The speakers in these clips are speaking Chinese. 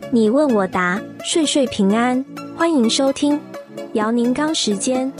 你问我答，岁岁平安。欢迎收听姚宁刚时间。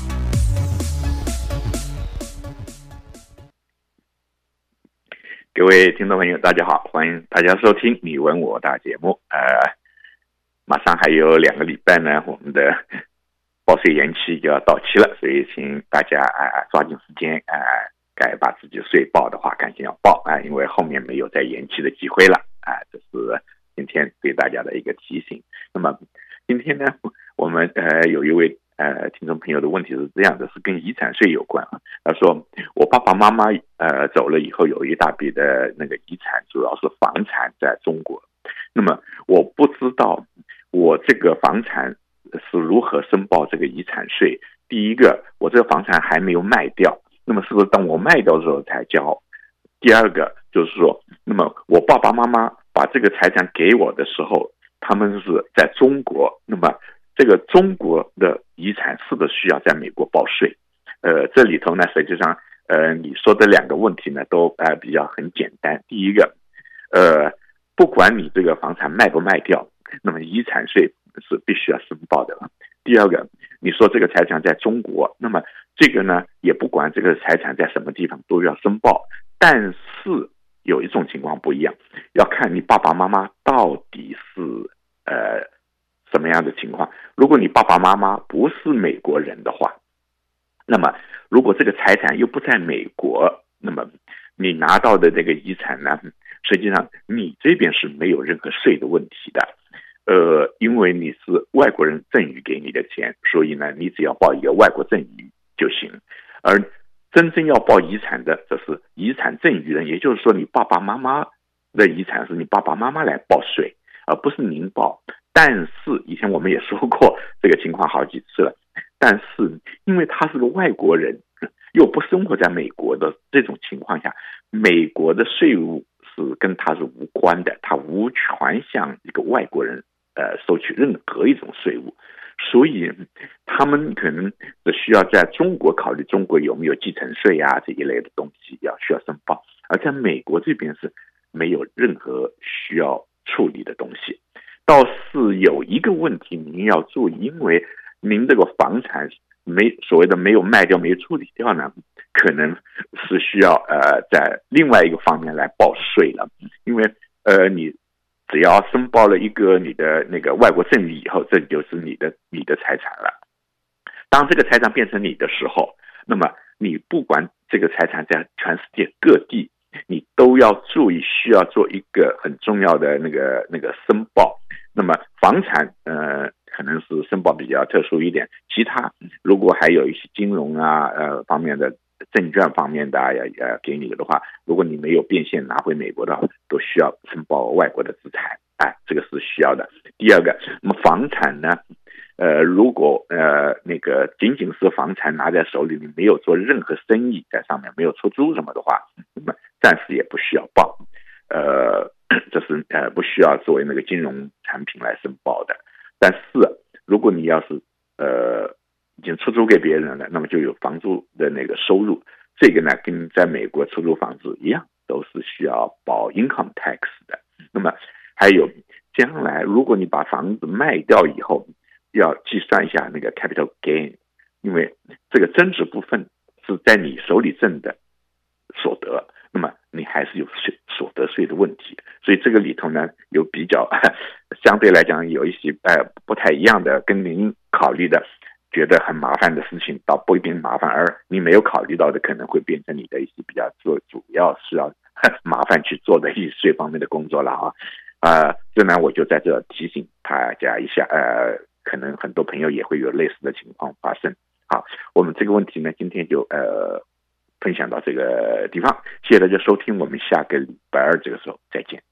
各位听众朋友，大家好，欢迎大家收听你问我答节目。马上还有2个礼拜呢，我们的报税延期就要到期了，所以请大家抓紧时间该把自己税报的话赶紧要报因为后面没有再延期的机会了这是今天对大家的一个提醒。那么今天呢，我们有一位听众朋友的问题是这样的，是跟遗产税有关他说我爸爸妈妈走了以后有一大笔的那个遗产，主要是房产在中国。那么我不知道我这个房产是如何申报这个遗产税。第一个，我这个房产还没有卖掉，那么是不是当我卖掉的时候才交？第二个就是说，那么我爸爸妈妈把这个财产给我的时候，他们是在中国，那么这个中国的遗产是不是需要在美国报税？这里头呢，实际上你说的2个问题呢都比较很简单。第一个，不管你这个房产卖不卖掉，那么遗产税是必须要申报的了。第二个，你说这个财产在中国，那么这个呢也不管这个财产在什么地方都要申报，但是有一种情况不一样，要看你爸爸妈妈到底是什么样的情况。如果你爸爸妈妈不是美国人的话，那么如果这个财产又不在美国，那么你拿到的这个遗产呢，实际上你这边是没有任何税的问题的。因为你是外国人赠与给你的钱，所以呢你只要报一个外国赠与就行。而真正要报遗产的，这是遗产赠与人，也就是说你爸爸妈妈的遗产是你爸爸妈妈来报税，而不是您报。但是以前我们也说过这个情况好几次了，但是因为他是个外国人，又不生活在美国的这种情况下，美国的税务是跟他是无关的，他无权向一个外国人收取任何一种税务，所以他们可能需要在中国考虑中国有没有继承税这一类的东西需要申报，而在美国这边是没有任何需要处理的东西。倒是有一个问题您要注意，因为您这个房产所谓的没有卖掉没有处理掉呢，可能是需要在另外一个方面来报税了。因为你只要申报了一个你的那个外国赠与以后，这就是你的财产了。当这个财产变成你的时候，那么你不管这个财产在全世界各地，你都要注意，需要做一个很重要的那个申报。那么房产可能是申报比较特殊一点，其他如果还有一些金融方面的证券方面的给你的话，如果你没有变现拿回美国的话，都需要申报外国的资产这个是需要的。第二个，那么房产呢如果那个仅仅是房产拿在手里，你没有做任何生意在上面，没有出租什么的话，那么暂时也不需要报这是不需要作为那个金融产品来申报的。但是如果你要是已经出租给别人了，那么就有房租的那个收入，这个呢跟在美国出租房子一样，都是需要报 income tax 的。那么还有将来如果你把房子卖掉以后，要计算一下那个 capital gain， 因为这个增值部分是在你手里挣的所得，那么你还是有所得税的问题。所以这个里头呢有比较相对来讲有一些不太一样的，跟您考虑的觉得很麻烦的事情倒不一定麻烦，而你没有考虑到的可能会变成你的一些比较主要是要麻烦去做的一些税方面的工作了这呢我就在这提醒大家一下可能很多朋友也会有类似的情况发生。好，我们这个问题呢今天就分享到这个地方，谢谢大家收听，我们下个礼拜2这个时候再见。